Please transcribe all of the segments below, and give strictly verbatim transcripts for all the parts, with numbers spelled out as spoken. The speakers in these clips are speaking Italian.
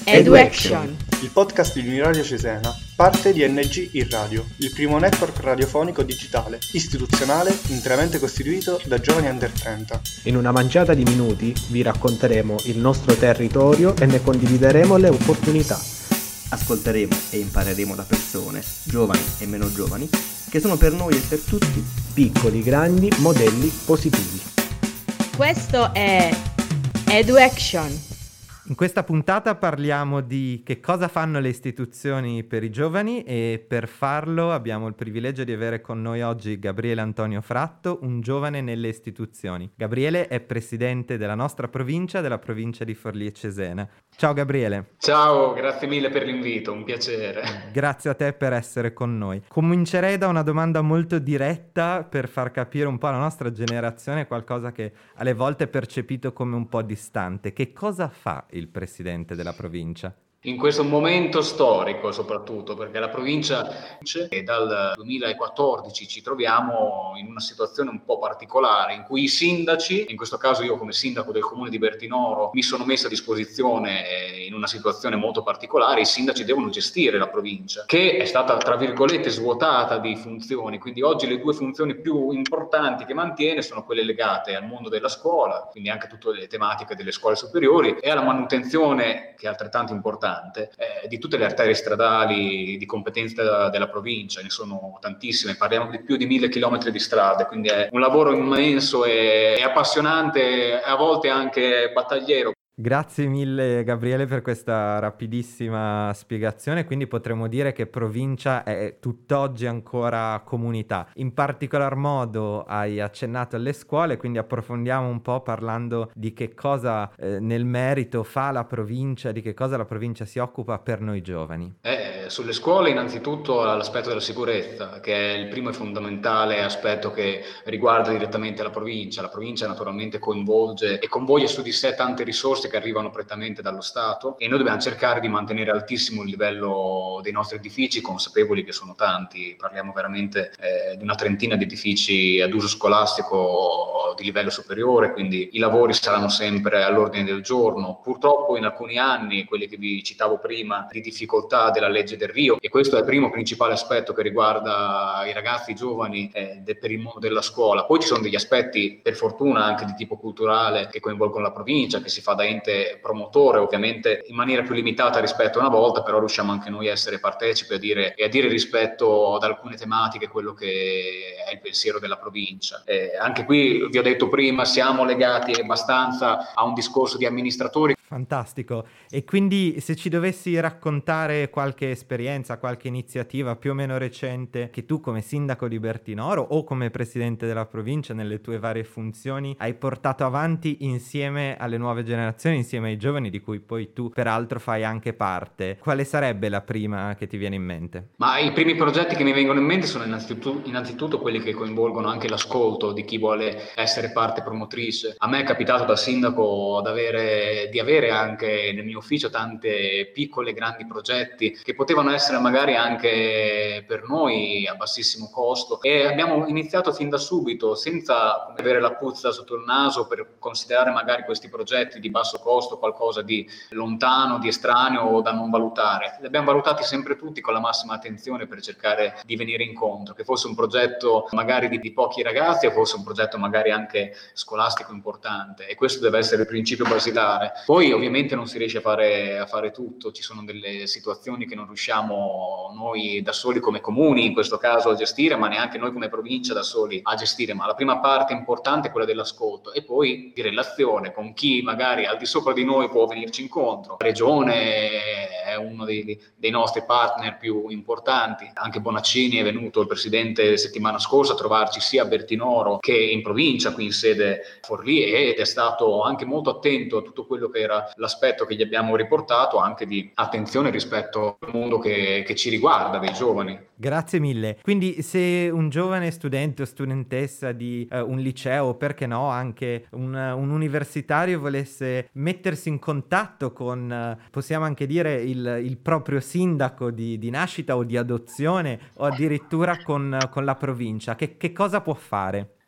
Edu-Action, il podcast di Uniradio Cesena, parte di N G in Radio, il primo network radiofonico digitale, istituzionale, interamente costituito da giovani under trenta. In una manciata di minuti vi racconteremo il nostro territorio e ne condivideremo le opportunità. Ascolteremo e impareremo da persone, giovani e meno giovani, che sono per noi e per tutti piccoli, grandi, modelli positivi. Questo è Edu-Action. In questa puntata parliamo di che cosa fanno le istituzioni per i giovani e per farlo abbiamo il privilegio di avere con noi oggi Gabriele Antonio Fratto, un giovane nelle istituzioni. Gabriele è presidente della nostra provincia, della provincia di Forlì e Cesena. Ciao Gabriele. Ciao, grazie mille per l'invito, un piacere. Grazie a te per essere con noi. Comincerei da una domanda molto diretta per far capire un po' alla nostra generazione qualcosa che alle volte è percepito come un po' distante. Che cosa fa il presidente della provincia? In questo momento storico soprattutto, perché la provincia e dal duemilaquattordici ci troviamo in una situazione un po' particolare in cui i sindaci, in questo caso io come sindaco del comune di Bertinoro mi sono messo a disposizione in una situazione molto particolare, i sindaci devono gestire la provincia che è stata tra virgolette svuotata di funzioni, quindi oggi le due funzioni più importanti che mantiene sono quelle legate al mondo della scuola, quindi anche tutte le tematiche delle scuole superiori e alla manutenzione che è altrettanto importante Eh, di tutte le arterie stradali di competenza della provincia, ne sono tantissime, parliamo di più di mille chilometri di strade, quindi è un lavoro immenso e, e appassionante e a volte anche battagliero. Grazie mille Gabriele per questa rapidissima spiegazione, quindi potremmo dire che provincia è tutt'oggi ancora comunità. In particolar modo hai accennato alle scuole, quindi approfondiamo un po' parlando di che cosa eh, nel merito fa la provincia, di che cosa la provincia si occupa per noi giovani. Eh, sulle scuole innanzitutto l'aspetto della sicurezza, che è il primo e fondamentale aspetto che riguarda direttamente la provincia. La provincia naturalmente coinvolge e convoglia su di sé tante risorse che arrivano prettamente dallo Stato e noi dobbiamo cercare di mantenere altissimo il livello dei nostri edifici, consapevoli che sono tanti, parliamo veramente eh, di una trentina di edifici ad uso scolastico di livello superiore, quindi i lavori saranno sempre all'ordine del giorno. Purtroppo in alcuni anni, quelli che vi citavo prima, di difficoltà della legge del Rio, e questo è il primo principale aspetto che riguarda i ragazzi i giovani eh, de, per il mondo della scuola. Poi ci sono degli aspetti, per fortuna, anche di tipo culturale che coinvolgono la provincia, che si fa da ente promotore, ovviamente in maniera più limitata rispetto a una volta, però riusciamo anche noi a essere partecipi a dire, e a dire rispetto ad alcune tematiche quello che è il pensiero della provincia. Eh, anche qui, vi ho detto prima, siamo legati abbastanza a un discorso di amministratori. Fantastico. E quindi se ci dovessi raccontare qualche esperienza, qualche iniziativa più o meno recente che tu come sindaco di Bertinoro o come presidente della provincia nelle tue varie funzioni hai portato avanti insieme alle nuove generazioni, insieme ai giovani di cui poi tu peraltro fai anche parte, quale sarebbe la prima che ti viene in mente? Ma i primi progetti che mi vengono in mente sono innanzitutto, innanzitutto quelli che coinvolgono anche l'ascolto di chi vuole essere parte promotrice. A me è capitato da sindaco d'avere, di avere anche nel mio ufficio tante piccole e grandi progetti che potevano essere magari anche per noi a bassissimo costo e abbiamo iniziato fin da subito senza avere la puzza sotto il naso per considerare magari questi progetti di basso costo qualcosa di lontano, di estraneo o da non valutare. Li abbiamo valutati sempre tutti con la massima attenzione per cercare di venire incontro, che fosse un progetto magari di, di pochi ragazzi o fosse un progetto magari anche scolastico importante, e questo deve essere il principio basilare. Poi ovviamente non si riesce a fare, a fare tutto, ci sono delle situazioni che non riusciamo noi da soli come comuni in questo caso a gestire, ma neanche noi come provincia da soli a gestire, ma la prima parte importante è quella dell'ascolto e poi di relazione con chi magari al di sopra di noi può venirci incontro. La regione è uno dei, dei nostri partner più importanti, anche Bonaccini è venuto, il presidente, settimana scorsa a trovarci sia a Bertinoro che in provincia, qui in sede Forlì, ed è stato anche molto attento a tutto quello che era l'aspetto che gli abbiamo riportato, anche di attenzione rispetto al mondo che, che ci riguarda, dei giovani. Grazie mille. Quindi se un giovane studente o studentessa di uh, un liceo, perché no, anche un, uh, un universitario volesse mettersi in contatto con, uh, possiamo anche dire, il, il proprio sindaco di, di nascita o di adozione o addirittura con, uh, con la provincia, che, che cosa può fare?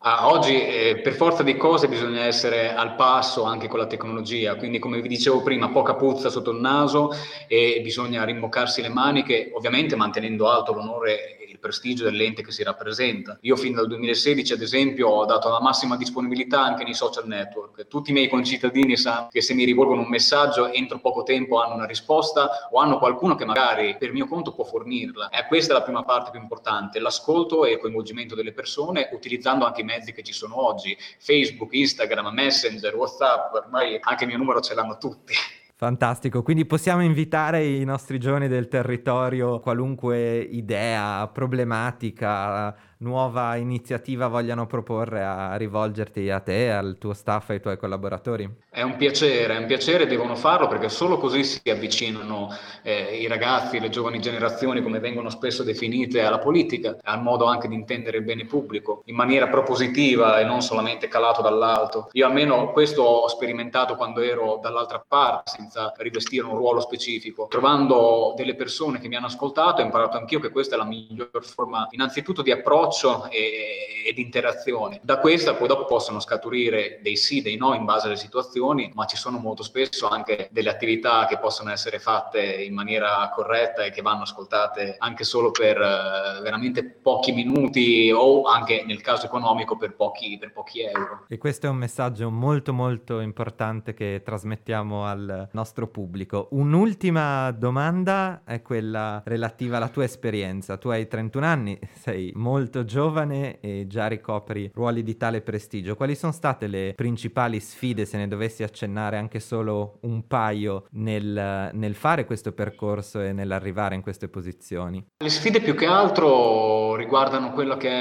Ah, oggi eh, per forza di cose bisogna essere al passo anche con la tecnologia, quindi come vi dicevo prima, poca puzza sotto il naso e bisogna rimboccarsi le maniche, ovviamente mantenendo alto l'onore e il prestigio dell'ente che si rappresenta. Io fin dal duemilasedici ad esempio ho dato la massima disponibilità anche nei social network. Tutti i miei concittadini sanno che se mi rivolgono un messaggio entro poco tempo hanno una risposta o hanno qualcuno che magari per mio conto può fornirla. E questa è la prima parte più importante, l'ascolto e il coinvolgimento delle persone utilizzando anche i mezzi che ci sono oggi, Facebook, Instagram, Messenger, WhatsApp, ormai anche il mio numero ce l'hanno tutti. Fantastico, quindi possiamo invitare i nostri giovani del territorio, qualunque idea, problematica, nuova iniziativa vogliano proporre, a rivolgerti a te, al tuo staff, ai tuoi collaboratori? È un piacere, è un piacere, devono farlo perché solo così si avvicinano eh, i ragazzi, le giovani generazioni, come vengono spesso definite, alla politica, al modo anche di intendere il bene pubblico in maniera propositiva e non solamente calato dall'alto. Io almeno questo ho sperimentato quando ero dall'altra parte, senza rivestire un ruolo specifico. Trovando delle persone che mi hanno ascoltato, ho imparato anch'io che questa è la miglior forma innanzitutto di approccio e, e di interazione. Da questa poi dopo possono scaturire dei sì, dei no in base alle situazioni, ma ci sono molto spesso anche delle attività che possono essere fatte in maniera corretta e che vanno ascoltate anche solo per uh, veramente pochi minuti o anche nel caso economico per pochi, per pochi euro. E questo è un messaggio molto molto importante che trasmettiamo al nostro pubblico. Un'ultima domanda è quella relativa alla tua esperienza. Tu hai trentuno anni, sei molto giovane e già ricopri ruoli di tale prestigio. Quali sono state le principali sfide, se ne dovessi accennare anche solo un paio, nel, nel fare questo percorso e nell'arrivare in queste posizioni? Le sfide più che altro riguardano quello che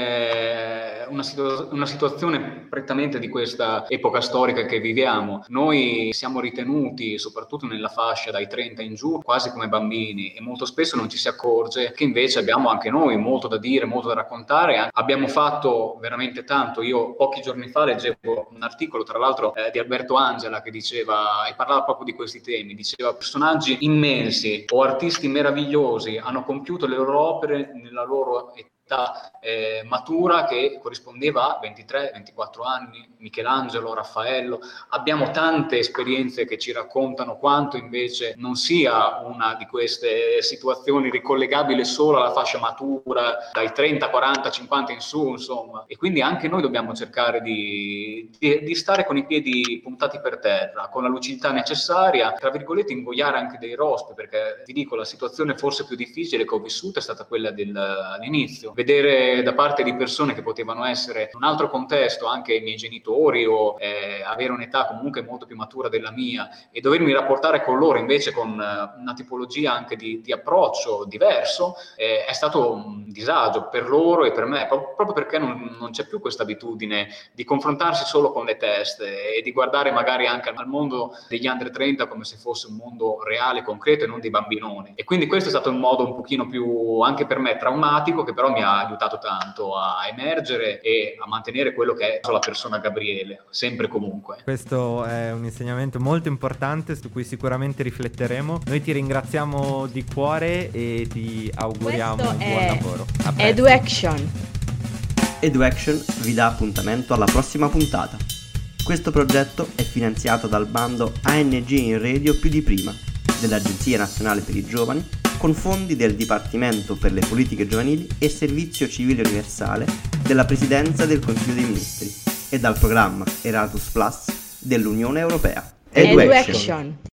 è una, situ- una situazione prettamente di questa epoca storica che viviamo. Noi siamo ritenuti, soprattutto nella fascia dai trenta in giù, quasi come bambini e molto spesso non ci si accorge che invece abbiamo anche noi molto da dire, molto da raccontare. Abbiamo fatto veramente tanto. Io pochi giorni fa leggevo un articolo, tra l'altro eh, di Alberto Angela, che diceva e parlava proprio di questi temi. Diceva: personaggi immensi o artisti meravigliosi hanno compiuto le loro opere nella loro età eh, matura, che corrispondeva a ventitré ventiquattro anni. Michelangelo, Raffaello, abbiamo tante esperienze che ci raccontano quanto invece non sia una di queste situazioni ricollegabile solo alla fascia matura dai trenta, quaranta, cinquanta in su, insomma. E quindi anche noi dobbiamo cercare di, di, di stare con i piedi puntati per terra, con la lucidità necessaria, tra virgolette ingoiare anche dei rospi, perché vi dico, la situazione forse più difficile che ho vissuto è stata quella dell'inizio. Vedere da parte di persone che potevano essere in un altro contesto, anche i miei genitori o eh, avere un'età comunque molto più matura della mia, e dovermi rapportare con loro invece con uh, una tipologia anche di, di approccio diverso, eh, è stato un disagio per loro e per me, pro- proprio perché non, non c'è più questa abitudine di confrontarsi solo con le teste e di guardare magari anche al mondo degli under trenta come se fosse un mondo reale, concreto e non dei bambinoni. E quindi questo è stato un modo un pochino più, anche per me, traumatico, che però mi ha aiutato tanto a emergere e a mantenere quello che è la persona Gabriele, sempre e comunque. Questo è un insegnamento molto importante su cui sicuramente rifletteremo. Noi ti ringraziamo di cuore e ti auguriamo Questo un buon è lavoro. A presto. Edu-Action. Edu-Action vi dà appuntamento alla prossima puntata. Questo progetto è finanziato dal bando A N G in Radio più di prima dell'Agenzia Nazionale per i Giovani, con fondi del Dipartimento per le Politiche Giovanili e Servizio Civile Universale della Presidenza del Consiglio dei Ministri e dal programma Erasmus Plus dell'Unione Europea. Edu-Action.